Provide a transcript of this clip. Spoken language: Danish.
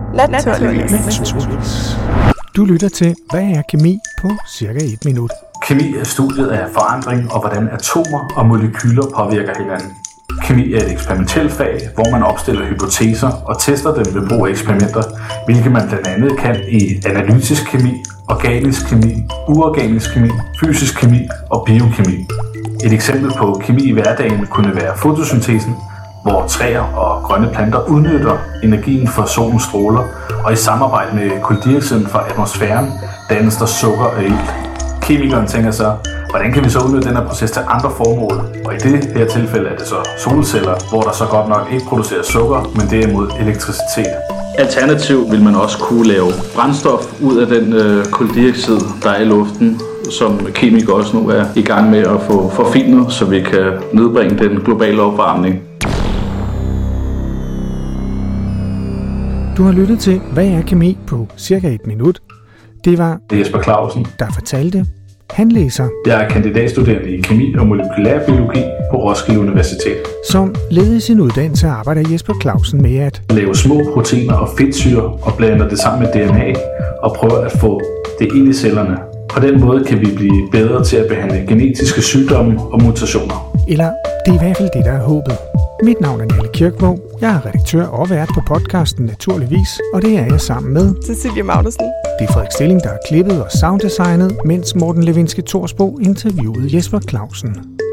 Naturligvis. Du lytter til, hvad er kemi på cirka 1 minut. Kemi er studiet af forandring og hvordan atomer og molekyler påvirker hinanden. Kemi er et eksperimentelt fag, hvor man opstiller hypoteser og tester dem ved brug af eksperimenter, hvilket man blandt andet kan i analytisk kemi, organisk kemi, uorganisk kemi, fysisk kemi og biokemi. Et eksempel på kemi i hverdagen kunne være fotosyntesen, hvor træer og grønne planter udnytter energien fra solens stråler, og i samarbejde med kuldioxiden fra atmosfæren dannes der sukker og ilt. Kemikeren tænker så, hvordan kan vi så udnytte den her proces til andre formål? Og i det her tilfælde er det så solceller, hvor der så godt nok ikke produceres sukker, men derimod elektricitet. Alternativt vil man også kunne lave brændstof ud af den kuldioxid, der er i luften, som kemikere også nu er i gang med at få forfinet, så vi kan nedbringe den globale opvarmning. Du har lyttet til, hvad er kemi på cirka 1 minut. Det var Jesper Clausen, der fortalte. Han læser. Jeg er kandidatstuderende i kemi og molekylærbiologi på Roskilde Universitet. Som led i sin uddannelse arbejder Jesper Clausen med at lave små proteiner og fedtsyre og blander det sammen med DNA og prøver at få det ind i cellerne. På den måde kan vi blive bedre til at behandle genetiske sygdomme og mutationer. Eller det er i hvert fald det, der er håbet. Mit navn er Nalle Kirkvåg. Jeg er redaktør og vært på podcasten Naturligvis, og det er jeg sammen med Cecilie Magnussen. Det er Frederik Stilling, der har klippet og sounddesignet, mens Morten Levinski Thorsbo interviewede Jesper Clausen.